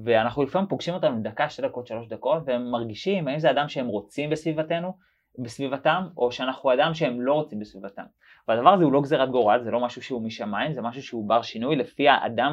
ואנחנו לפעמים פוגשים אותם לדקה, 2 דקות, 3 דקות, והם מרגישים האם זה אדם שהם רוצים בסביבתם, או שאנחנו אדם שהם לא רוצים בסביבתם. והדבר הזה הוא לא גזירת גורל, זה לא משהו שהוא משמיים, זה משהו שהוא בר שינוי לפי האדם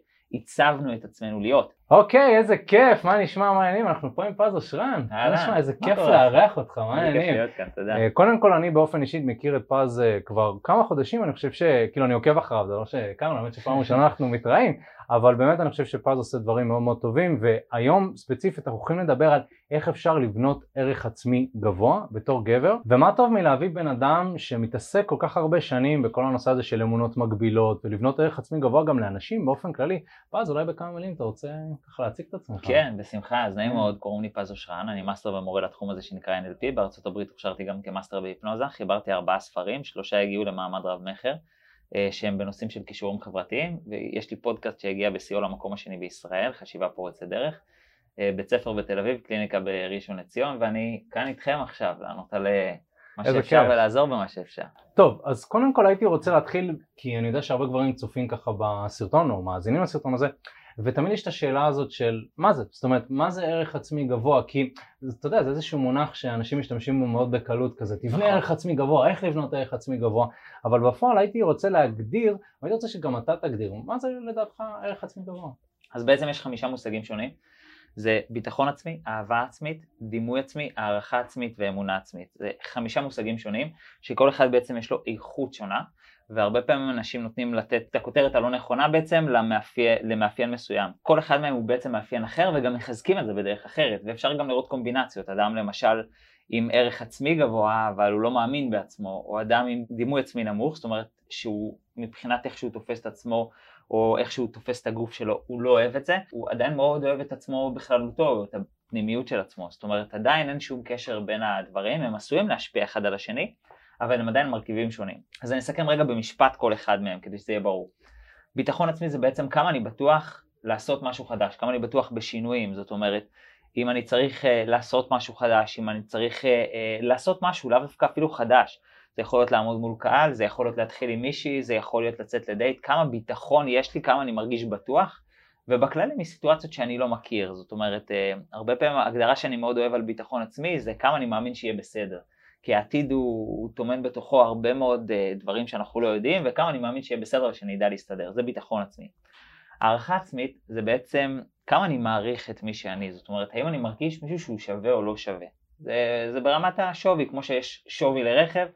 שהצבנו את עצמנו להיות. אוקיי, איזה כיף, מה נשמע, מה העניינים? אנחנו פה עם פז אושרן. נשמע, איזה כיף לארח אותך, מה העניינים? קודם כל, אני באופן אישית מכיר את פז כבר כמה חודשים, אני חושב שכאילו אני עוקב אחריו, זה לא שהכרנו, האמת שפעם ראשונה אנחנו מתראים, אבל באמת אני חושב שפז עושה דברים מאוד מאוד טובים, והיום ספציפית אנחנו הולכים לדבר על איך אפשר לבנות ערך עצמי גבוה בתור גבר, ומה טוב מלהביא בן אדם שמתעסק כל כך הרבה שנים בכל הנושא הזה של אמונות מגבילות, ולבנות ערך עצמי גבוה גם לאנשים באופן כללי. פז, אולי בכמה מילים אתה רוצה ככה להציג את עצמך? כן, בשמחה, אז נעים מאוד, קוראים לי פז אושרן, אני מאסטר ומורה לתחום הזה שנקרא NLP, בארצות הברית הוכשרתי גם כמאסטר בהיפנוזה, חיברתי 4 ספרים, 3 הגיעו למעמד רב מחר, שהם בנושאים של קישורים חברתיים, ויש לי פודקאסט שהגיע בשיאו למקום השני בישראל, חשיבה פורצת דרך, בית ספר בתל אביב, קליניקה בראשון לציון, ואני כאן איתכם עכשיו, לענות על מה שאפשר ולעזור במה שאפשר. טוב, אז קודם כל הייתי רוצה להתחיל, כי אני יודע שהרבה גברים צופים ככה בסרטון, או מאזינים לסרטון הזה, ותמיד יש את השאלה הזאת של מה זה? זאת אומרת, מה זה ערך עצמי גבוה? כי אתה יודע, זה איזשהו מונח שאנשים משתמשים בו מאוד בקלות כזה, תבנה ערך עצמי גבוה, איך לבנות ערך עצמי גבוה? אבל בפועל הייתי רוצה להגדיר, והייתי רוצה שגם אתה תגדיר, מה זה לדעתך ערך עצמי גבוה? אז בעצם יש 5 מושגים שונים, זה ביטחון עצמי, אהבה עצמית, דימוי עצמי, הערכה עצמית ואמונה עצמית. זה 5 מושגים שונים, שכל אחד בעצם יש לו איכות שונה, והרבה פעמים אנשים נותנים לתת את הכותרת הלא נכונה בעצם למאפיין מסוים. כל אחד מהם הוא בעצם מאפיין אחר וגם מחזקים את זה בדרך אחרת, ואפשר גם לראות קומבינציות. אדם למשל עם ערך עצמי גבוה אבל הוא לא מאמין בעצמו, או אדם עם דימוי עצמי נמוך, זאת אומרת שהוא מבחינת איך שהוא תופס את עצמו או איך שהוא תופס את הגוף שלו, הוא לא אוהב את זה, הוא עדיין מאוד אוהב את עצמו בכללותו, את הפנימיות של עצמו, זאת אומרת עדיין אין שום קשר בין הדברים, הם עשויים להשפיע אחד על השני, אבל הם עדיין מרכיבים שונים. אז אני אסכם רגע במשפט כל אחד מהם, כדי שזה יהיה ברור. ביטחון עצמי זה בעצם כמה אני בטוח לעשות משהו חדש, כמה אני בטוח בשינויים, זאת אומרת, אם אני צריך לעשות משהו חדש, אם אני צריך לעשות משהו, לאו דווקא אפילו חדש, זה יכול להיות לעמוד מול קהל, זה יכול להיות להתחיל עם מישהי, זה יכול להיות לצאת לדייט, כמה ביטחון יש לי, כמה אני מרגיש בטוח, ובכללי מסיטואציות שאני לא מכיר, זאת אומרת, הרבה פעמים ההגדרה שאני מאוד אוהב על ביטחון עצמי, זה כמה אני מאמין שיהיה בסדר. כי העתיד הוא טומן בתוכו הרבה מאוד דברים שאנחנו לא יודעים, וכמה אני מאמין שיהיה בסדר ושאני אדע להסתדר, זה ביטחון עצמי. הערכה עצמית זה בעצם כמה אני מעריך את מי שאני, זאת אומרת, האם אני מרגיש מישהו שהוא שווה או לא שווה. זה ברמת השווי, כמו שיש שווי לרכב,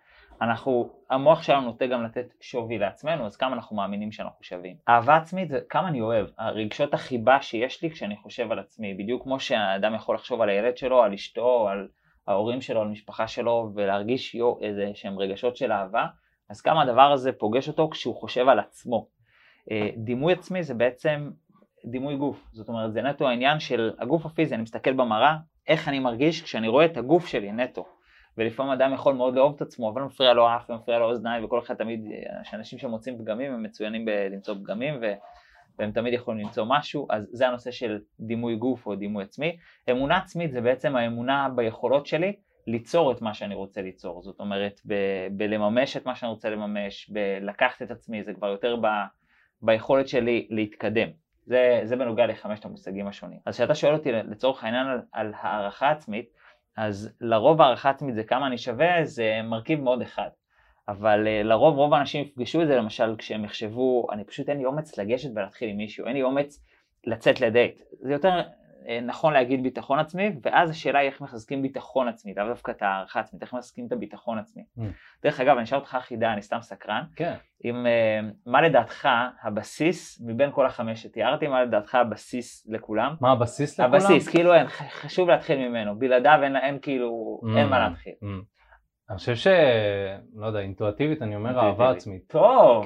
המוח שלנו נוטה גם לתת שווי לעצמנו, אז כמה אנחנו מאמינים שאנחנו שווים. אהבה עצמית זה כמה אני אוהב, הרגשות החיבה שיש לי כשאני חושב על עצמי, בדיוק כמו שהאדם יכול לחשוב על הילד שלו, על אשתו, על ההורים שלו, על המשפחה שלו, ולהרגיש איזה שהם רגשות של אהבה, אז כמה הדבר הזה פוגש אותו כשהוא חושב על עצמו. דימוי עצמי זה בעצם דימוי גוף, זאת אומרת זה נטו העניין של הגוף הפיזי, אני מסתכל במראה, איך אני מרגיש כשאני רואה את הגוף שלי נטו, ולפעמים אדם יכול מאוד לאהוב את עצמו, אבל מפריע לו אף ומפריע לו אוזניים, וכל אחד תמיד, שאנשים שמוצאים פגמים הם מצוינים בלמצוא פגמים, והם תמיד יכולים למצוא משהו, אז זה הנושא של דימוי גוף או דימוי עצמי. אמונה עצמית זה בעצם האמונה ביכולות שלי ליצור את מה שאני רוצה ליצור, זאת אומרת בלממש את מה שאני רוצה לממש, בלקחת את עצמי, זה כבר יותר ביכולת שלי להתקדם. זה בנוגע ל5 המושגים השונים. אז כשאתה שואל אותי לצורך העניין על הערכה עצמית, אז לרוב הערכה עצמית זה כמה אני שווה, זה מרכיב מאוד אחד. אבל לרוב רוב האנשים יפגשו את זה למשל כשהם יחשבו, אני פשוט אין לי אומץ לגשת ולהתחיל עם מישהו, אין לי אומץ לצאת לדייט. זה יותר נכון להגיד ביטחון עצמי, ואז השאלה היא איך מחזקים ביטחון עצמי, לאו דווקא את הערכה עצמית, איך מחזקים את הביטחון עצמי. דרך אגב, אני אשאל אותך חידה, אני סתם סקרן. כן. מה לדעתך הבסיס, מבין כל 5 שתיארתי, מה לדעתך הבסיס לכולם? מה הבסיס לכולם? הבסיס, כאילו חשוב להתחיל ממנו, בלעדיו אין מה להתחיל. אני חושב לא יודע, אינטואטיבית אני אומר אהבה עצמית. טוב,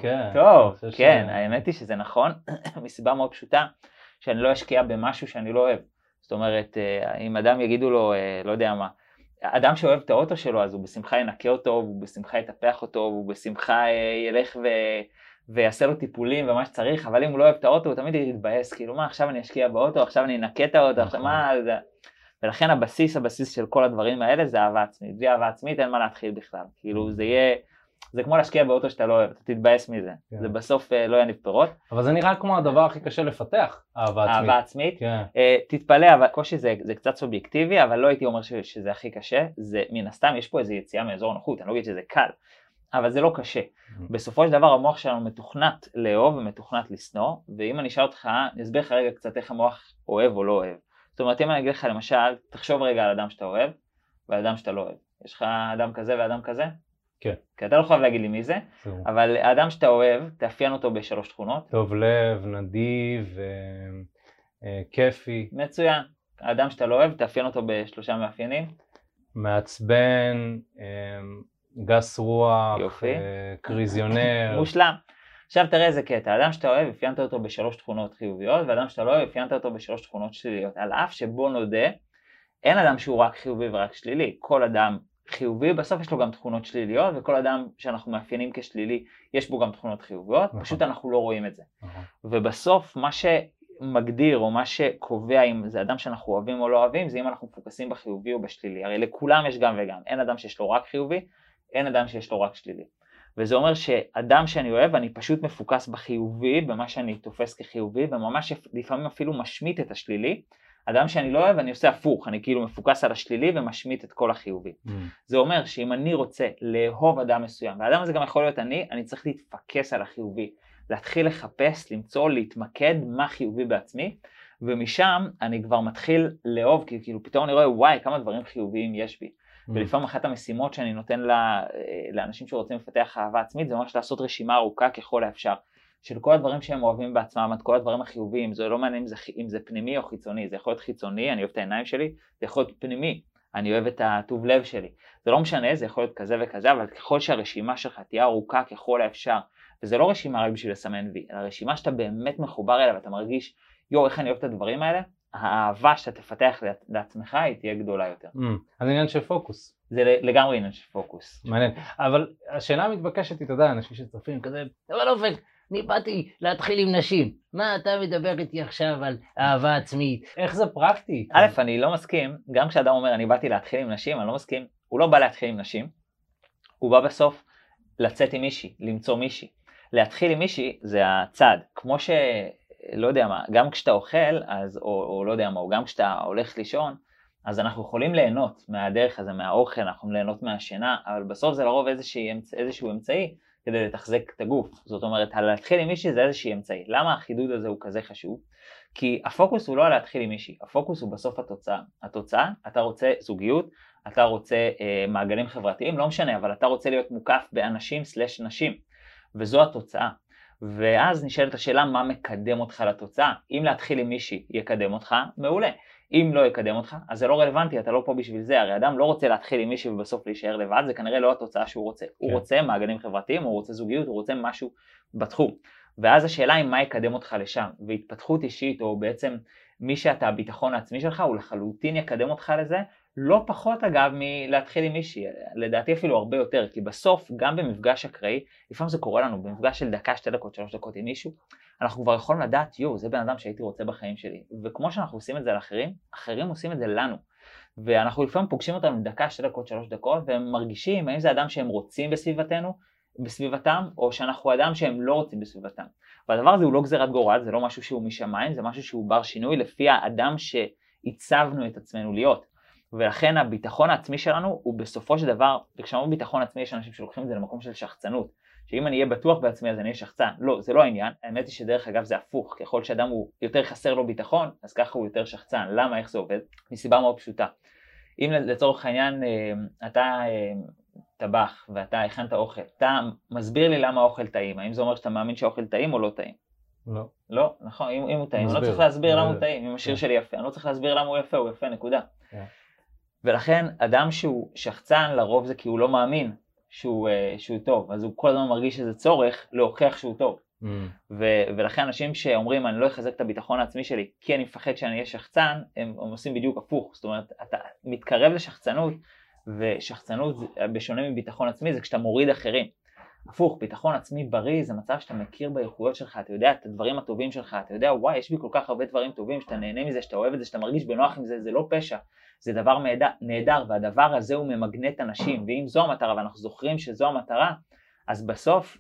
כן, האמת היא שזה נכון, מסיבה מאוד פשוטה, שאני לא אשקיע במשהו שאני לא אוהב. זאת אומרת, אם אדם יגידו לו, לא יודע מה, אדם שאוהב את האוטו שלו, אז הוא בשמחה ינקה אותו, הוא בשמחה יטפח אותו, הוא בשמחה ילך ויעשה לו טיפולים ומה שצריך, אבל אם הוא לא אוהב את האוטו, הוא תמיד יתבאס, כאילו מה, עכשיו אני אשקיע באוטו, עכשיו אני אנקה את האוטו, עכשיו מה זה? ולכן הבסיס של כל הדברים האלה זה אהבה עצמית. בלי אהבה עצמית אין מה להתחיל בכלל. כאילו זה יהיה זה כמו להשקיע באוטו שאתה לא אוהב, אתה תתבאס מזה, זה בסוף לא יניב פירות. אבל זה נראה כמו הדבר הכי קשה לפתח, אהבה עצמית. אהבה עצמית, תתפלא, אבל קושי זה קצת סובייקטיבי, אבל לא הייתי אומר שזה הכי קשה, זה מן הסתם, יש פה איזו יציאה מאזור נוחות, אני לא אגיד שזה קל, אבל זה לא קשה. בסופו של דבר המוח שלנו מתוכנת לאהוב ומתוכנת לשנוא, ואם אני אשאל אותך, אני אסביר לך רגע קצת איך המוח אוהב או לא אוהב. זאת אומרת, אם אני אגיד לך למשל, תחשוב רגע על אדם שאתה אוהב, ועל אדם שאתה לא אוהב. יש לך אדם כזה ואדם כזה? כן. כי אתה לא חייב להגיד לי מי זה, אבל האדם שאתה אוהב, תאפיין אותו בשלוש תכונות. טוב לב, נדיב, כיפי. מצוין. האדם שאתה לא אוהב, תאפיין אותו בשלושה מאפיינים. מעצבן, גס רוח, קריזיונר. מושלם. עכשיו תראה איזה קטע, האדם שאתה אוהב, אפיינת אותו בשלוש תכונות חיוביות, ואדם שאתה לא אוהב, אפיינת אותו בשלוש תכונות שליליות. על אף שבו נודה, אין אדם שהוא רק חיובי ורק שלילי. כל אדם חיובי, בסוף יש לו גם תכונות שליליות, וכל אדם שאנחנו מאפיינים כשלילי, יש בו גם תכונות חיוביות, פשוט אנחנו לא רואים את זה. ובסוף מה שמגדיר או מה שקובע אם זה אדם שאנחנו אוהבים או לא אוהבים, זה אם אנחנו מפוקסים בחיובי או בשלילי. הרי לכולם יש גם וגם, אין אדם שיש לו רק חיובי, אין אדם שיש לו רק שלילי. וזה אומר שאדם שאני אוהב, אני פשוט מפוקס בחיובי, במה שאני תופס כחיובי, וממש לפעמים אפילו משמיט את השלילי. אדם שאני לא אוהב, אני עושה הפוך, אני כאילו מפוקס על השלילי ומשמיט את כל החיובי. זה אומר שאם אני רוצה לאהוב אדם מסוים, והאדם הזה גם יכול להיות אני צריך להתפקס על החיובי, להתחיל לחפש, למצוא, להתמקד מה חיובי בעצמי, ומשם אני כבר מתחיל לאהוב, כי כאילו פתאום אני רואה וואי כמה דברים חיוביים יש בי. ולפעמים אחת המשימות שאני נותן לאנשים שרוצים לפתח אהבה עצמית, זה ממש לעשות רשימה ארוכה ככל האפשר. של כל הדברים שהם אוהבים בעצמם, את כל הדברים החיוביים, זה לא מעניין אם זה פנימי או חיצוני, זה יכול להיות חיצוני, אני אוהב את העיניים שלי, זה יכול להיות פנימי, אני אוהב את הטוב לב שלי, זה לא משנה, זה יכול להיות כזה וכזה, אבל ככל שהרשימה שלך תהיה ארוכה ככל האפשר, וזה לא רשימה רק בשביל לסמן וי, אלא רשימה שאתה באמת מחובר אליה, ואתה מרגיש, איך אני אוהב את הדברים האלה, האהבה שאתה תפתח לעצמך היא תהיה גדולה יותר. אז עניין של פוקוס. זה לגמרי עניין של פוקוס. מעניין, אבל השאלה המתבקשת היא, אתה יודע, אנשים שצופים כזה, אבל אופק, אני באתי להתחיל עם נשים, מה אתה מדבר איתי עכשיו על אהבה עצמית? איך זה פרקטי? א', אני לא מסכים, גם כשאדם אומר אני באתי להתחיל עם נשים, אני לא מסכים, הוא לא בא להתחיל עם נשים, הוא בא בסוף לצאת עם מישהי, למצוא מישהי. להתחיל עם מישהי זה הצעד, כמו לא יודע מה, גם כשאתה אוכל, אז, או לא יודע מה, או גם כשאתה הולך לישון, אז אנחנו יכולים ליהנות מהדרך הזה, מהאוכל, אנחנו יכולים ליהנות מהשינה, אבל בסוף זה לרוב איזשהו אמצעי כדי לתחזק את הגוף. זאת אומרת, להתחיל עם מישהי זה איזשהו אמצעי. למה החידוד הזה הוא כזה חשוב? כי הפוקוס הוא לא על להתחיל עם מישהי, הפוקוס הוא בסוף התוצאה. התוצאה, אתה רוצה זוגיות, אתה רוצה מעגלים חברתיים, לא משנה, אבל אתה רוצה להיות מוקף באנשים/נשים, וזו התוצאה. ואז נשאלת השאלה מה מקדם אותך לתוצאה. אם להתחיל עם מישהי יקדם אותך, מעולה. אם לא יקדם אותך, אז זה לא רלוונטי, אתה לא פה בשביל זה. הרי אדם לא רוצה להתחיל עם מישהי ובסוף להישאר לבד, זה כנראה לא התוצאה שהוא רוצה. הוא רוצה מעגלים חברתיים, הוא רוצה זוגיות, הוא רוצה משהו בתחום. ואז השאלה היא מה יקדם אותך לשם. והתפתחות אישית, או בעצם מי שאתה הביטחון העצמי שלך, הוא לחלוטין יקדם אותך לזה, לא פחות אגב מלהתחיל עם מישהי, לדעתי אפילו הרבה יותר, כי בסוף גם במפגש אקראי, לפעמים זה קורה לנו, במפגש של דקה, 2 דקות, 3 דקות עם מישהו, אנחנו כבר יכולים לדעת, זה בן אדם שהייתי רוצה בחיים שלי, וכמו שאנחנו עושים את זה לאחרים, אחרים עושים את זה לנו, ואנחנו לפעמים פוגשים אותם דקה, 2 דקות, 3 דקות, והם מרגישים האם זה אדם שהם רוצים בסביבתם, או שאנחנו אדם שהם לא רוצים בסביבתם. והדבר הזה הוא לא גזירת גורל, זה לא משהו שהוא משמיים, זה משהו שהוא בר שינוי לפי האדם שהצבנו את עצמנו להיות. ולכן הביטחון העצמי שלנו הוא בסופו של דבר, וכשאמרו ביטחון עצמי יש אנשים שלוקחים את זה למקום של שחצנות, שאם אני אהיה בטוח בעצמי אז אני אהיה שחצן. לא, זה לא העניין, האמת היא שדרך אגב זה הפוך, ככל שאדם הוא יותר חסר לו ביטחון, אז ככה הוא יותר שחצן. למה? איך זה עובד? מסיבה מאוד פשוטה. אם לצורך העניין אתה טבח ואתה הכנת אוכל, אתה מסביר לי למה האוכל טעים, האם זה אומר שאתה מאמין שהאוכל טעים או לא טעים? לא. לא, נכון, אם הוא טעים, אני לא צריך להסביר למה הוא טעים, אם השיר שלי יפה, אני לא צריך להסביר למה הוא יפה, הוא יפה, נקודה. ולכן אדם שהוא שחצן לרוב זה כי הוא לא מאמין שהוא טוב, אז הוא כל הזמן מרגיש איזה צורך להוכיח שהוא טוב. ולכן אנשים שאומרים אני לא אחזק את הביטחון העצמי שלי כי אני מפחד שאני אהיה שחצן, הם עושים בדיוק הפוך. זאת אומרת, אתה מתקרב לשחצנות, ושחצנות בשונה מביטחון עצמי זה כשאתה מוריד אחרים. הפוך, ביטחון עצמי בריא זה מצב שאתה מכיר באיכויות שלך, אתה יודע את הדברים הטובים שלך, אתה יודע וואי יש בי כל כך הרבה דברים טובים, שאתה נהנה מזה, שאתה אוהב את זה, שאתה מרגיש בנוח עם זה, זה לא פשע, זה דבר נהדר, והדבר הזה הוא ממגנט אנשים, ואם זו המטרה ואנחנו זוכרים שזו המטרה, אז בסוף,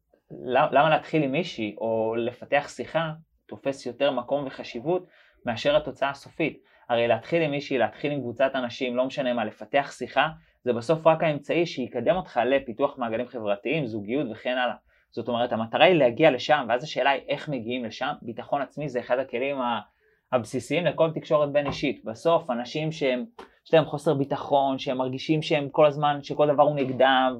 למה להתחיל עם מישהי או לפתח שיחה תופס יותר מקום וחשיבות מאשר התוצאה הסופית? הרי להתחיל עם מישהי, להתחיל עם קבוצת אנשים, לא משנה מה, לפתח שיחה, זה בסוף רק האמצעי שיקדם אותך לפיתוח מעגלים חברתיים, זוגיות וכן הלאה. זאת אומרת, המטרה היא להגיע לשם, ואז השאלה היא איך מגיעים לשם. ביטחון עצמי זה אחד הכלים הבסיסיים לכל תקשורת בין אישית. בסוף, אנשים שיש להם חוסר ביטחון, שהם מרגישים שהם כל הזמן, שכל דבר הוא נגדם,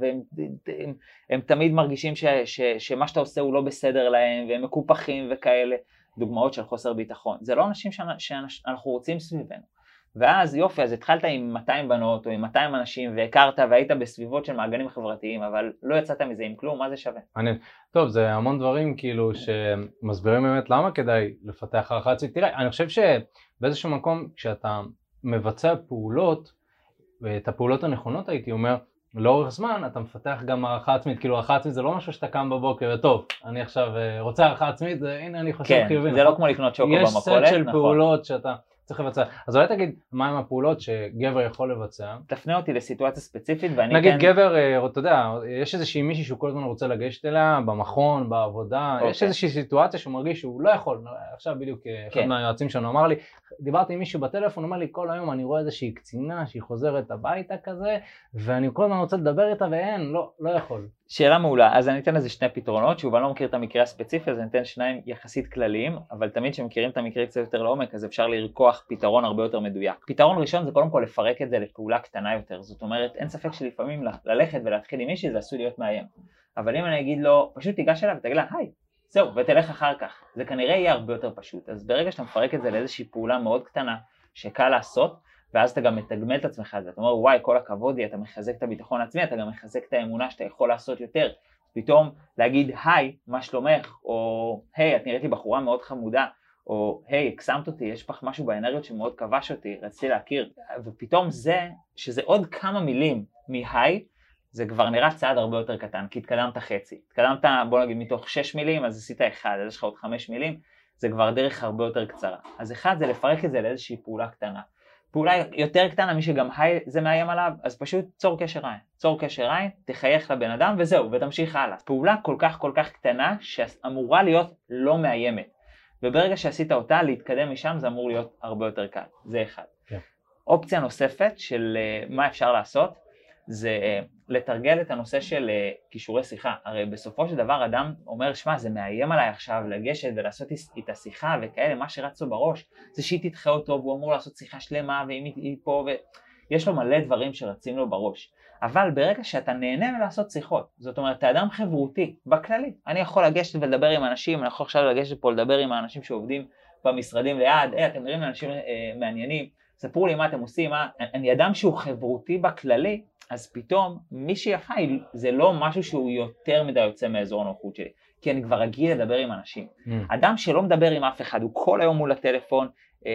והם תמיד מרגישים שמה שאתה עושה הוא לא בסדר להם, והם מקופחים וכאלה, דוגמאות של חוסר ביטחון. זה לא אנשים שאנחנו רוצים סביבנו. ואז יופי, אז התחלת עם 200 בנות או עם 200 אנשים והכרת והיית בסביבות של מעגלים חברתיים, אבל לא יצאת מזה עם כלום, מה זה שווה? טוב, זה המון דברים כאילו שמסבירים באמת למה כדאי לפתח הערכה עצמית. תראה, אני חושב שבאיזשהו מקום כשאתה מבצע פעולות, ואת הפעולות הנכונות הייתי אומר, לאורך זמן אתה מפתח גם הערכה עצמית, כאילו הערכה עצמית זה לא משהו שאתה קם בבוקר וטוב, אני עכשיו רוצה הערכה עצמית, הנה אני חושב חיובי. כן, זה לא כמו לקנות שוקו במכולת, נכון. יש סט של פעולות שאתה צריך לבצע. אז אולי תגיד, מה עם הפעולות שגבר יכול לבצע? תפנה אותי לסיטואציה ספציפית ואני נגיד גבר, אתה יודע, יש איזושהי מישהי שהוא כל הזמן רוצה לגשת אליה, במכון, בעבודה, יש איזושהי סיטואציה שהוא מרגיש שהוא לא יכול, עכשיו בדיוק אחד מהיועצים שלנו אמר לי, דיברתי עם מישהו בטלפון, אמר לי כל היום אני רואה איזושהי קצינה שהיא חוזרת הביתה כזה, ואני כל הזמן רוצה לדבר איתה ואין, לא יכול. שאלה מעולה, אז אני אתן לזה שני פתרונות, שוב אני לא מכיר את המקרה הספציפי, אז אני אתן שניים יחסית כלליים, אבל תמיד שמכירים את המקרה קצת יותר לעומק, אז אפשר לרקוח פתרון הרבה יותר מדויק. פתרון ראשון זה קודם כל לפרק את זה לפעולה קטנה יותר, זאת אומרת אין ספק שלפעמים ללכת ולהתחיל עם מישהי זה עשוי להיות מאיים, אבל אם אני אגיד לו, פשוט תיגש אליו ותגיד לה היי, זהו, ותלך אחר כך, זה כנראה יהיה הרבה יותר פשוט. אז ברגע שאתה מפרק את זה לאיזושהי פעולה מאוד קטנה שקל לעשות, ואז אתה גם מתגמל את עצמך על זה, אתה אומר וואי כל הכבוד לי, אתה מחזק את הביטחון העצמי, אתה גם מחזק את האמונה שאתה יכול לעשות יותר, פתאום להגיד היי מה שלומך, או היי את נראית לי בחורה מאוד חמודה, או היי הקסמת אותי, יש פח משהו באנרגיות שמאוד כבש אותי, רציתי להכיר, ופתאום זה, שזה עוד כמה מילים מהי, זה כבר נראה צעד הרבה יותר קטן, כי התקדמת חצי, התקדמת בוא נגיד מתוך 6 מילים, אז עשית 1, אז יש לך עוד 5 מילים, זה כבר דרך הרבה יותר קצרה. אז אחד זה לפרק את זה לאיזושהי פעולה קטנה. פעולה יותר קטנה, מי שגם היי זה מאיים עליו, אז פשוט צור קשר עין. צור קשר עין, תחייך לבן אדם וזהו, ותמשיך הלאה. פעולה כל כך קטנה שאמורה להיות לא מאיימת. וברגע שעשית אותה, להתקדם משם זה אמור להיות הרבה יותר קל. זה אחד. כן. אופציה נוספת של מה אפשר לעשות, זה לתרגל את הנושא של כישורי שיחה. הרי בסופו של דבר אדם אומר, שמע, זה מאיים עליי עכשיו לגשת ולעשות איתה שיחה וכאלה, מה שרץ לו בראש, זה שהיא תדחה אותו והוא אמור לעשות שיחה שלמה ואם היא פה ויש לו מלא דברים שרצים לו בראש. אבל ברגע שאתה נהנה לעשות שיחות, זאת אומרת, אתה אדם חברותי, בכללי, אני יכול לגשת ולדבר עם אנשים, אני יכול עכשיו לגשת פה לדבר עם האנשים שעובדים במשרדים ליד, אתם נראים לאנשים מעניינים, ספרו לי מה אתם עושים, אני אדם שהוא חברותי בכללי, אז פתאום מי שיפה זה לא משהו שהוא יותר מדי יוצא מאזור הנוחות שלי, כי אני כבר רגיל לדבר עם אנשים. אדם שלא מדבר עם אף אחד, הוא כל היום מול הטלפון,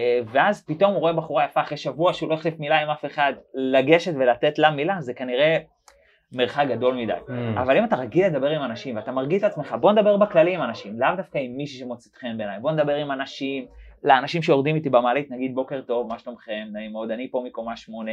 ואז פתאום הוא רואה בחורה יפה אחרי שבוע שהוא לא החליף מילה עם אף אחד, לגשת ולתת לה מילה, זה כנראה מרחק גדול מדי. אבל אם אתה רגיל לדבר עם אנשים ואתה מרגיש את עצמך, בוא נדבר בכללי עם אנשים, לאו דווקא עם מישהי שמוצאת חן בעיניי, בוא נדבר עם אנשים, לאנשים שיורדים איתי במעלית, נגיד בוקר טוב, מה שלומכם, נעים מאוד, אני פה מקומה 8,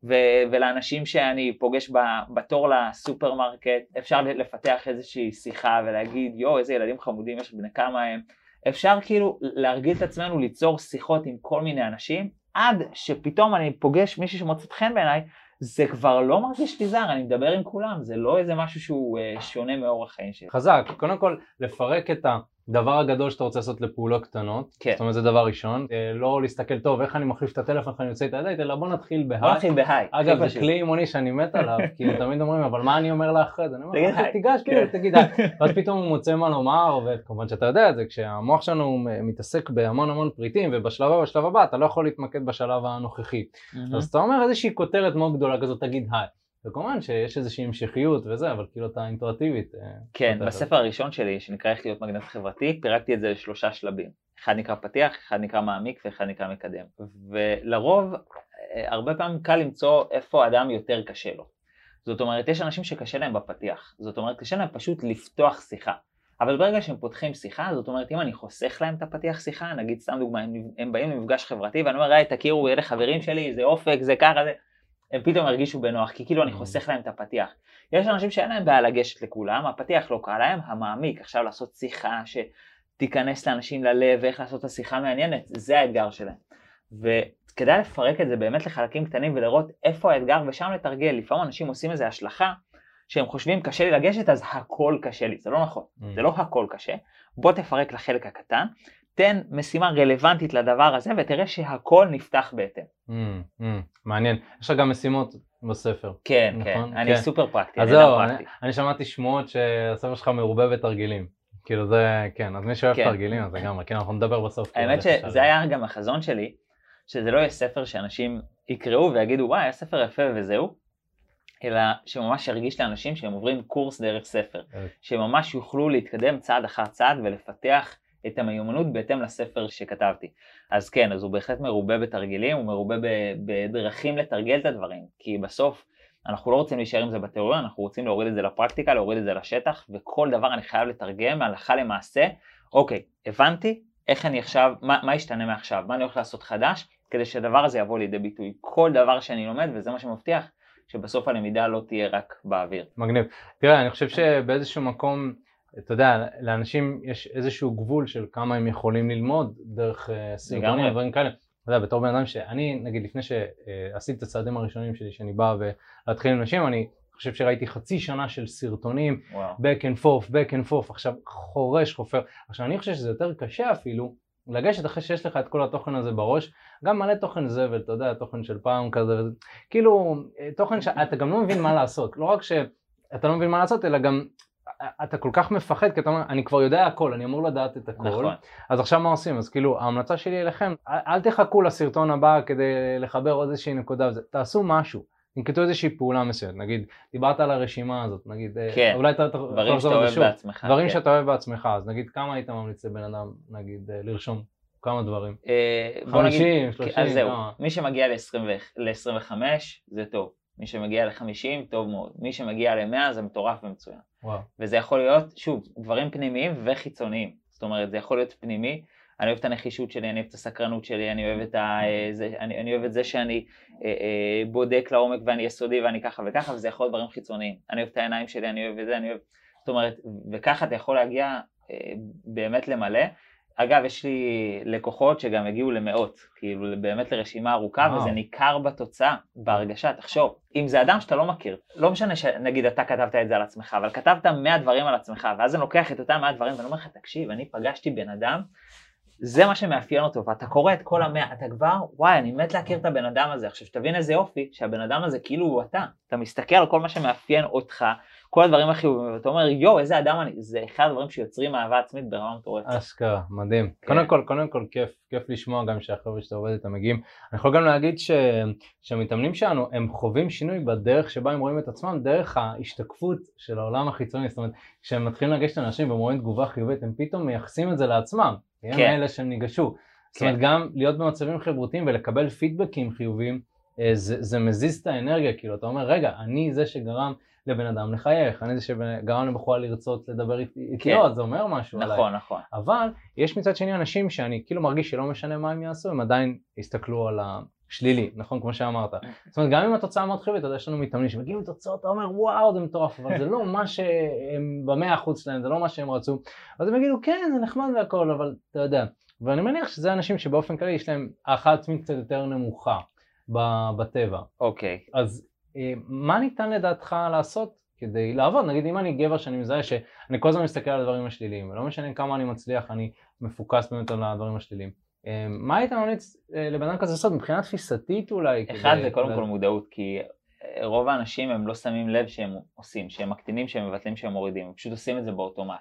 ולאנשים שאני פוגש בתור לסופרמרקט, אפשר לפתח איזושהי שיחה ולהגיד, יו, איזה ילדים חמודים, יש בני כמה הם, אפשר כאילו להרגיל את עצמנו ליצור שיחות עם כל מיני אנשים, עד שפתאום אני פוגש מישהו שמוצאת חן בעיניי, זה כבר לא מרגיש לי זר, אני מדבר עם כולם, זה לא איזה משהו שהוא שונה מאורח חיים שלי. חזק, קודם כל לפרק את הדבר הגדול שאתה רוצה לעשות לפעולות קטנות, כן. זאת אומרת זה דבר ראשון, לא להסתכל טוב איך אני מחליף את הטלפון, איך אני יוצא את הידית, אלא בוא נתחיל בהיי. בוא נתחיל בהיי. אגב, זה כלי אימוני שאני מת עליו, כי הם תמיד אומרים, אבל מה אני אומר לה אחרי זה? אני אומר, תיגש כאילו, תגיד היי. ואז פתאום הוא מוצא מה לומר, וכמובן שאתה יודע את זה, כשהמוח שלנו מתעסק בהמון פריטים, ובשלב הבא אתה לא יכול להתמקד בשלב הנוכחי. אז אתה אומר איזושהי כותרת מאוד גדולה כזאת, תגיד היי. וכמובן שיש איזושהי המשכיות וזה, אבל כאילו אתה אינטואיטיבית. כן, בספר הראשון שלי, שנקרא איך להיות מגנט חברתי, פירקתי את זה ל3 שלבים. אחד נקרא פתיח, אחד נקרא מעמיק ואחד נקרא מקדם. ולרוב, הרבה פעמים קל למצוא איפה האדם יותר קשה לו. זאת אומרת, יש אנשים שקשה להם בפתיח. זאת אומרת, קשה להם פשוט לפתוח שיחה. אבל ברגע שהם פותחים שיחה, זאת אומרת, אם אני חוסך להם את הפתיח שיחה, נגיד סתם דוגמה, הם באים למפגש חברתי, ואני אומר, תכירו, אלה חברים שלי, זה אופק, זה ככה, זה... הם פתאום הרגישו בנוח, כי כאילו אני חוסך להם את הפתיח. יש אנשים שאין להם בעיה לגשת לכולם, הפתיח לא קל להם, המעמיק, עכשיו לעשות שיחה שתיכנס לאנשים ללב, ואיך לעשות את השיחה מעניינת, זה האתגר שלהם. וכדאי לפרק את זה באמת לחלקים קטנים ולראות איפה האתגר, ושם לתרגל. לפעמים אנשים עושים איזו השלכה, שהם חושבים קשה לי לגשת, אז הכל קשה לי. זה לא נכון, זה לא הכל קשה. בוא תפרק לחלק הקטן, תן משימה רלוונטית לדבר הזה, ותראה שהכל נפתח בהתאם. מעניין. יש לך גם משימות בספר. כן, כן, אני סופר פרקטי. אז זהו, אני שמעתי שמועות שהספר שלך מרובה בתרגילים. כאילו זה, כן, אז מי שאוהב תרגילים, אז לגמרי, כן, אנחנו נדבר בסוף. האמת שזה היה גם החזון שלי, שזה לא יהיה ספר שאנשים יקראו ויגידו, וואי, הספר יפה וזהו, אלא שממש ירגיש לאנשים שהם עוברים קורס דרך ספר, שממש יוכלו להתקדם צעד אחר צעד ולפתח את המיומנות בהתאם לספר שכתבתי. אז כן, אז הוא בהחלט מרובה בתרגילים, הוא מרובה בדרכים לתרגל את הדברים, כי בסוף אנחנו לא רוצים להישאר עם זה בתיאוריה, אנחנו רוצים להוריד את זה לפרקטיקה, להוריד את זה לשטח, וכל דבר אני חייב לתרגם מהלכה למעשה. אוקיי, הבנתי איך אני עכשיו, מה ישתנה מעכשיו, מה אני הולך לעשות חדש, כדי שהדבר הזה יבוא לידי ביטוי. כל דבר שאני לומד, וזה מה שמבטיח, שבסוף הלמידה לא תהיה רק באוויר. מגניב. תראה, אני חושב שבאיזשהו מקום, אתה יודע, לאנשים יש איזשהו גבול של כמה הם יכולים ללמוד דרך סרטונים ודברים כאלה. אתה יודע, בתור בן אדם שאני, נגיד, לפני שעשיתי את הצעדים הראשונים שלי, שאני בא ולהתחיל עם אנשים, אני חושב שראיתי חצי שנה של סרטונים, back and forth, עכשיו חורש, חופר. עכשיו, אני חושב שזה יותר קשה אפילו, לגשת אחרי שיש לך את כל התוכן הזה בראש, גם מלא תוכן זבל, אתה יודע, תוכן של פעם כזה, כאילו, תוכן שאתה גם לא מבין מה לעשות, לא רק שאתה לא מבין מה לעשות, אלא גם אתה כל כך מפחד, כי אתה אומר, אני כבר יודע הכל, אני אמור לדעת את הכל, נכון. אז עכשיו מה עושים? אז כאילו, ההמלצה שלי אליכם, אל תחכו לסרטון הבא כדי לחבר עוד איזושהי נקודה, תעשו משהו, נקטו איזושהי פעולה מסוימת, נגיד, דיברת על הרשימה הזאת, נגיד, כן, אולי אתה דברים שאתה אוהב בעצמך, דברים שאתה אוהב בעצמך, אז נגיד, כמה היית ממליץ לבן אדם, נגיד, לרשום כמה דברים? 50, 30, אז זהו, מי שמגיע ל-25 זה טוב. מי שמגיע ל-50, טוב מאוד. מי שמגיע ל-100 זה מטורף ומצוין. וואו. וזה יכול להיות, שוב, דברים פנימיים וחיצוניים. זאת אומרת, זה יכול להיות פנימי. אני אוהב את הנחישות שלי, אני אוהב את הסקרנות שלי, אני אוהב את זה שאני בודק לעומק ואני יסודי ואני ככה וככה, וזה יכול להיות דברים חיצוניים. אני אוהב את העיניים שלי, אני אוהב את זה, זאת אומרת, וככה אתה יכול להגיע באמת למלא. אגב, יש לי לקוחות שגם הגיעו למאות, כאילו באמת לרשימה ארוכה, וזה ניכר בתוצאה, בהרגשה, תחשוב. אם זה אדם שאתה לא מכיר, לא משנה שנגיד אתה כתבת את זה על עצמך, אבל כתבת 100 דברים על עצמך, ואז אני לוקח את אותם 100 דברים, ואני אומר לך, תקשיב, אני פגשתי בן אדם, זה מה שמאפיין אותו, ואתה קורא את כל 100, אתה כבר, וואי, אני מת להכיר את הבן אדם הזה. עכשיו, שתבין איזה יופי, שהבן אדם הזה כאילו הוא אתה מסתכל על כל מה שמאפיין אותך, כל הדברים החיובים, ואתה אומר, יו, איזה אדם אני, זה אחד הדברים שיוצרים אהבה עצמית ברמה מטורפת. אשכרה, מדהים. קודם כל, כיף לשמוע גם שהחבר'ה שאתה עובד איתם מגיעים. אני יכול גם להגיד שהמתאמנים שלנו, הם חווים שינוי בדרך שבה הם רואים את עצמם, דרך ההשתקפות של העולם החיצוני. זאת אומרת, כשהם מתחילים לגשת לאנשים ורואים תגובה חיובית, הם פתאום מייחסים את זה לעצמם. הם אלה שהם ניגשו. זאת אומרת, גם להיות במצבים חברותיים ולקבל פידבקים חיוביים, זה מזיז את האנרגיה, כאילו, אתה אומר, רגע, אני זה שגרם לבן אדם לחייך, אני זה שגרם לבחורה לרצות לדבר איתי, זה אומר משהו עליי. נכון. אבל יש מצד שני אנשים שאני כאילו מרגיש שלא משנה מה הם יעשו, הם עדיין יסתכלו על השלילי, נכון? כמו שאמרת. זאת אומרת, גם אם התוצאה מאוד חיובית, יש לנו מתאמנים שמגיעים לתוצאות, אתה אומר, וואו, זה מטורף, אבל זה לא מה שהם ב100% שלהם, זה לא מה שהם רצו. אז הם יגידו, כן, זה נחמד והכל, אבל אתה יודע. ואני מניח שזה אנשים שבאופן כללי יש להם הערכה עצמית קצת יותר נמוכה בטבע. אוקיי. אז מה ניתן לדעתך לעשות כדי לעבוד? נגיד אם אני גבר שאני מזהה שאני כל הזמן מסתכל על הדברים השליליים, ולא משנה כמה אני מצליח, אני מפוקס באמת על הדברים השליליים. מה היית ממליץ לבן אדם כזה לעשות מבחינה תפיסתית אולי? אחד זה קודם כל מודעות, כי רוב האנשים הם לא שמים לב שהם עושים, שהם מקטינים, שהם מבטלים, שהם מורידים, הם פשוט עושים את זה באוטומט.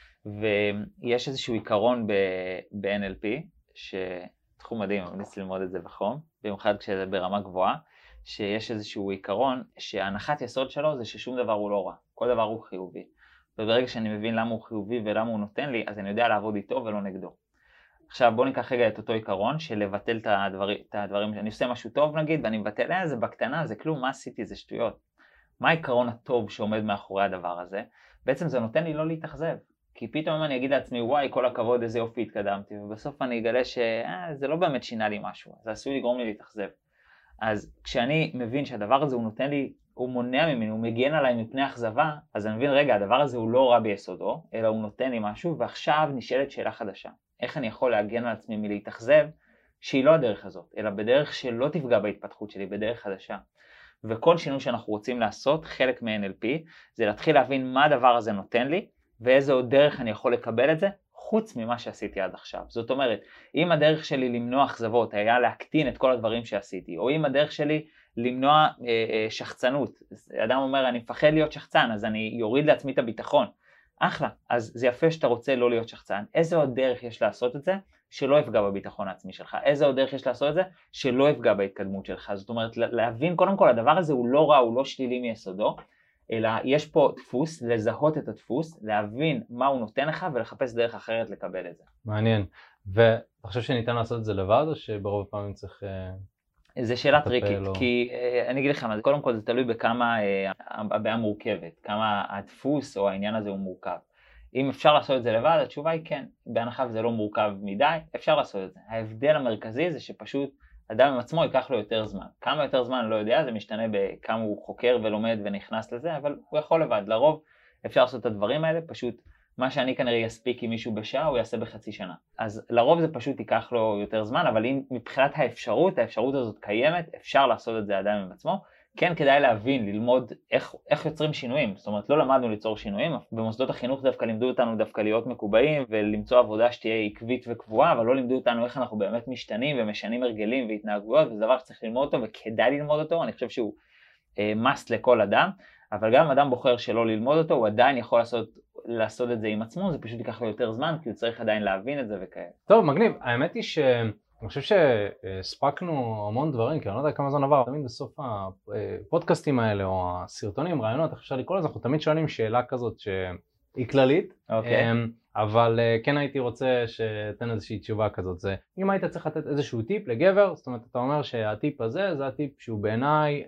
ויש איזשהו עיקרון ב-NLP, שתחום מדהים, אני ממליץ ללמוד את זה בחום, במיוחד כשזה ברמה גבוהה, שיש איזשהו עיקרון שההנחת יסוד שלו זה ששום דבר הוא לא רע, כל דבר הוא חיובי. וברגע שאני מבין למה הוא חיובי ולמה הוא נותן לי, אז אני יודע לעבוד איתו ולא נגדו. עכשיו בוא ניקח רגע את אותו עיקרון של לבטל את הדברים, אני עושה משהו טוב נגיד ואני מבטל, זה בקטנה, זה כלום, מה עשיתי, זה שטויות. מה העיקרון הטוב שעומד מאחורי הדבר הזה? בעצם זה נותן לי לא להתאכזב. כי פתאום אני אגיד לעצמי, וואי, כל הכבוד, איזה יופי התקדמתי, ובסוף אני אגלה שזה לא באמת שינה לי משהו, זה עשוי לגרום לי להתאכזב. אז כשאני מבין שהדבר הזה הוא נותן לי, הוא מונע ממני, הוא מגן עליי מפני אכזבה, אז אני מבין, רגע, הדבר הזה הוא לא רע ביסודו, אלא הוא נותן לי משהו, ועכשיו נשאלת שאלה חדשה. איך אני יכול להגן על עצמי מלהתאכזב, שהיא לא הדרך הזאת, אלא בדרך שלא תפגע בהתפתחות שלי, בדרך חדשה. וכל שינוי שאנחנו רוצים לעשות, חלק מ-NLP, זה להתחיל להבין מה הדבר הזה נותן לי, ואיזה עוד דרך אני יכול לקבל את זה, חוץ ממה שעשיתי עד עכשיו. זאת אומרת, אם הדרך שלי למנוע אכזבות היה להקטין את כל הדברים שעשיתי, או אם הדרך שלי למנוע שחצנות, אדם אומר אני מפחד להיות שחצן, אז אני יוריד לעצמי את הביטחון, אחלה, אז זה יפה שאתה רוצה לא להיות שחצן, איזה עוד דרך יש לעשות את זה שלא יפגע בביטחון העצמי שלך, איזה עוד דרך יש לעשות את זה שלא יפגע בהתקדמות שלך, זאת אומרת להבין קודם כל הדבר הזה הוא לא רע, הוא לא שלילי מיסודו, אלא יש פה דפוס, לזהות את הדפוס, להבין מה הוא נותן לך ולחפש דרך אחרת לקבל את זה. מעניין, ואתה חושב שניתן לעשות את זה לבד או שברוב הפעמים צריך... זה שאלה טריקית, כי אני אגיד לך, קודם כל זה תלוי בכמה הבעיה מורכבת, כמה הדפוס או העניין הזה הוא מורכב. אם אפשר לעשות את זה לבד, התשובה היא כן, בהנחה וזה לא מורכב מדי, אפשר לעשות את זה. ההבדל המרכזי זה שפשוט אדם עם עצמו ייקח לו יותר זמן. כמה יותר זמן אני לא יודע, זה משתנה בכמה הוא חוקר ולומד ונכנס לזה, אבל הוא יכול לבד. לרוב אפשר לעשות את הדברים האלה, פשוט מה שאני כנראה יספיק עם מישהו בשעה, הוא יעשה בחצי שנה. אז לרוב זה פשוט ייקח לו יותר זמן, אבל אם מבחינת האפשרות הזאת קיימת, אפשר לעשות את זה אדם עם עצמו. כן כדאי להבין, ללמוד איך יוצרים שינויים. זאת אומרת, לא למדנו ליצור שינויים. במוסדות החינוך דווקא לימדו אותנו דווקא להיות מקובעים, ולמצוא עבודה שתהיה עקבית וקבועה, אבל לא לימדו אותנו איך אנחנו באמת משתנים ומשנים הרגלים והתנהגויות, וזה דבר שצריך ללמוד אותו וכדאי ללמוד אותו. אני חושב שהוא must לכל אדם, אבל גם אם אדם בוחר שלא ללמוד אותו, הוא עדיין יכול לעשות את זה עם עצמו, זה פשוט ייקח לו יותר זמן, כי הוא צריך עדיין להבין את זה וכאלה. טוב, מגניב. האמת היא אני חושב שהספקנו המון דברים, כי אני לא יודע כמה זמן עבר, תמיד בסוף הפודקאסטים האלה או הסרטונים, רעיונות, איך אפשר לקרוא לזה, אנחנו תמיד שואלים שאלה כזאת שהיא כללית, אבל כן הייתי רוצה שתן איזושהי תשובה כזאת, זה אם היית צריך לתת איזשהו טיפ לגבר, זאת אומרת אתה אומר שהטיפ הזה זה הטיפ שהוא בעיניי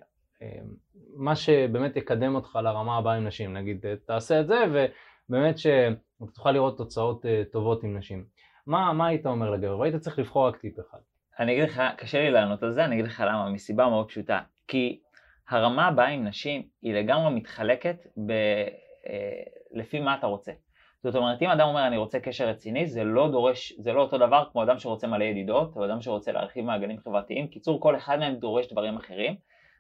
מה שבאמת יקדם אותך לרמה הבאה עם נשים, נגיד תעשה את זה ובאמת שתוכל לראות תוצאות טובות עם נשים. מה היית אומר לגבר? והיית צריך לבחור רק טיפ אחד. אני אגיד לך, קשה לי לענות על זה, אני אגיד לך למה, מסיבה מאוד פשוטה. כי הרמה הבאה עם נשים היא לגמרי מתחלקת לפי מה אתה רוצה. זאת אומרת, אם אדם אומר אני רוצה קשר רציני, זה לא אותו דבר כמו אדם שרוצה מלא ידידות, או אדם שרוצה להרחיב מעגלים חברתיים. קיצור, כל אחד מהם דורש דברים אחרים,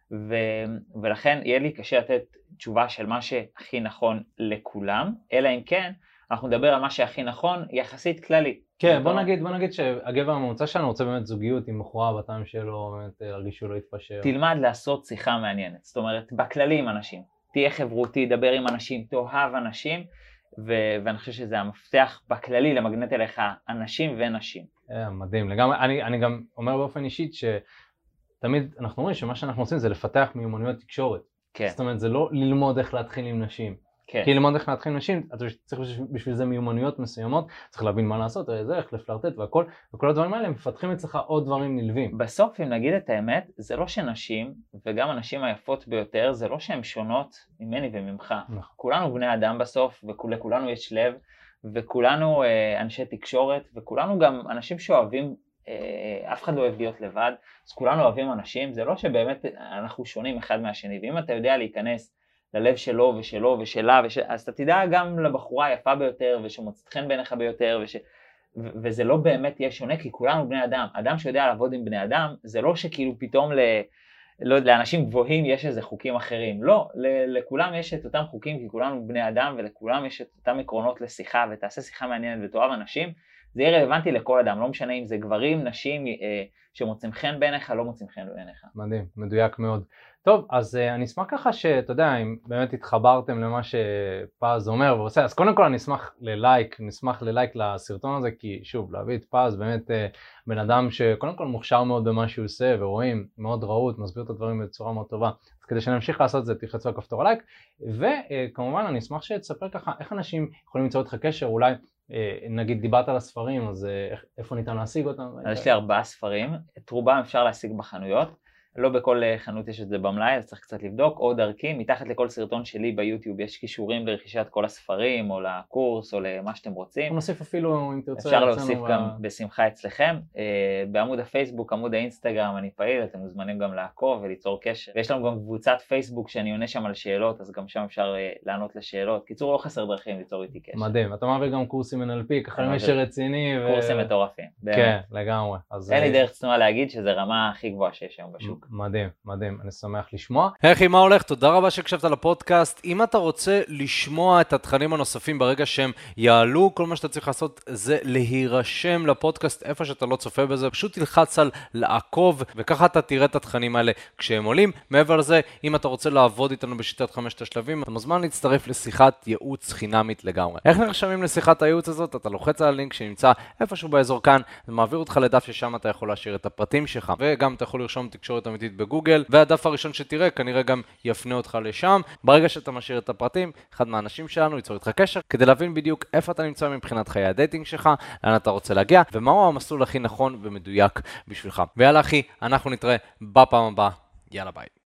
ולכן יהיה לי קשה לתת תשובה של מה שהכי נכון לכולם, אלא אם כן, אנחנו נדבר על מה שהכי נכון יחסית כללי. כן, בוא נגיד שהגבר הממוצע שלנו רוצה באמת זוגיות עם בחורה בטעם שלו, באמת להרגיש שהוא לא יתפשר. תלמד לעשות שיחה מעניינת, זאת אומרת, בכללי עם אנשים. תהיה חברותי, דבר עם אנשים, תאהב אנשים, ואני חושב שזה המפתח בכללי למגנט אליך אנשים ונשים. מדהים, לגמרי. אני גם אומר באופן אישית שתמיד אנחנו אומרים שמה שאנחנו עושים זה לפתח מיומנויות תקשורת. כן. זאת אומרת, זה לא ללמוד איך להתחיל עם נשים. כן. כי ללמוד איך להתחיל נשים, אתה צריך בשביל זה מיומנויות מסוימות, צריך להבין מה לעשות, איך לפלרטט והכל, וכל הדברים האלה מפתחים אצלך עוד דברים נלווים. בסוף, אם נגיד את האמת, זה לא שנשים, וגם הנשים היפות ביותר, זה לא שהן שונות ממני וממך. כולנו בני אדם בסוף, ולכולנו יש לב, וכולנו אנשי תקשורת, וכולנו גם אנשים שאוהבים, אף אחד לא אוהב להיות לבד, אז כולנו אוהבים אנשים, זה לא שבאמת אנחנו שונים אחד מהשני, ואם אתה יודע להיכנס ללב שלו ושלו ושלה, אז אתה תדע גם לבחורה היפה ביותר ושמוצאת חן בעיניך ביותר, וזה לא באמת יהיה שונה, כי כולנו בני אדם. אדם שיודע לעבוד עם בני אדם, זה לא שכאילו פתאום לאנשים גבוהים יש איזה חוקים אחרים. לא, לכולם יש את אותם חוקים, כי כולנו בני אדם, ולכולם יש את אותם עקרונות לשיחה, ותעשה שיחה מעניינת ותאהב אנשים, זה יהיה רלוונטי לכל אדם, לא משנה אם זה גברים, נשים שמוצאים חן בעיניך, לא מוצאים חן בעיניך. מדהים, מדויק מאוד. טוב, אז אני אשמח ככה שאתה יודע, אם באמת התחברתם למה שפז אומר ועושה, אז קודם כל אני אשמח ללייק לסרטון הזה, כי שוב, להביא את פז, באמת בן אדם שקודם כל מוכשר מאוד במה שהוא עושה, ורואים מאוד ראות, מסביר את הדברים בצורה מאוד טובה, אז כדי שנמשיך לעשות את זה, תלחצו על כפתור הלייק, וכמובן אני אשמח שתספר ככה, איך אנשים יכולים למצוא איתך קשר, אולי נגיד דיברת על הספרים, אז איפה ניתן להשיג אותם? אז יש לי 4 ספרים, את רובם אפשר להשיג בחנויות, לא בכל חנות יש את זה במלאי, אז צריך קצת לבדוק, או דרכי, מתחת לכל סרטון שלי ביוטיוב יש קישורים לרכישת כל הספרים, או לקורס, או למה שאתם רוצים. נוסיף אפילו, אם תרצה, אפשר להוסיף גם בשמחה אצלכם. בעמוד הפייסבוק, עמוד האינסטגרם, אני פעיל, אתם מוזמנים גם לעקוב וליצור קשר. ויש לנו גם קבוצת פייסבוק שאני עונה שם על שאלות, אז גם שם אפשר לענות לשאלות. קיצור, לא חסר דרכים ליצור איתי קשר. מדהים, אתה מעביר גם קורסים NLP, ככה למי שרציני. קורסים מטורפים. כן, לגמרי. אין לי דרך צנועה להגיד שזה רמה הכי גבוהה שיש היום בשוק. מדהים, מדהים, אני שמח לשמוע. אחי, מה הולך? תודה רבה שהקשבת לפודקאסט. אם אתה רוצה לשמוע את התכנים הנוספים ברגע שהם יעלו, כל מה שאתה צריך לעשות זה להירשם לפודקאסט איפה שאתה לא צופה בזה, פשוט תלחץ על לעקוב, וככה אתה תראה את התכנים האלה כשהם עולים. מעבר לזה, אם אתה רוצה לעבוד איתנו בשיטת 5 השלבים, אתה מוזמן להצטרף לשיחת ייעוץ חינמית לגמרי. איך נרשמים לשיחת הייעוץ הזאת? אתה לוחץ על הלינק שנמצא איפשהו באזור כאן, זה מעביר אותך לדף ששם אתה יכול להשאיר את הפרטים שלך, וגם אתה יכול לרשום תקשורת אמיתית בגוגל, והדף הראשון שתראה כנראה גם יפנה אותך לשם. ברגע שאתה משאיר את הפרטים, אחד מהאנשים שלנו ייצור איתך קשר, כדי להבין בדיוק איפה אתה נמצא מבחינת חיי הדייטינג שלך, לאן אתה רוצה להגיע, ומהו המסלול הכי נכון ומדויק בשבילך. ויאללה אחי, אנחנו נתראה בפעם הבאה. יאללה ביי.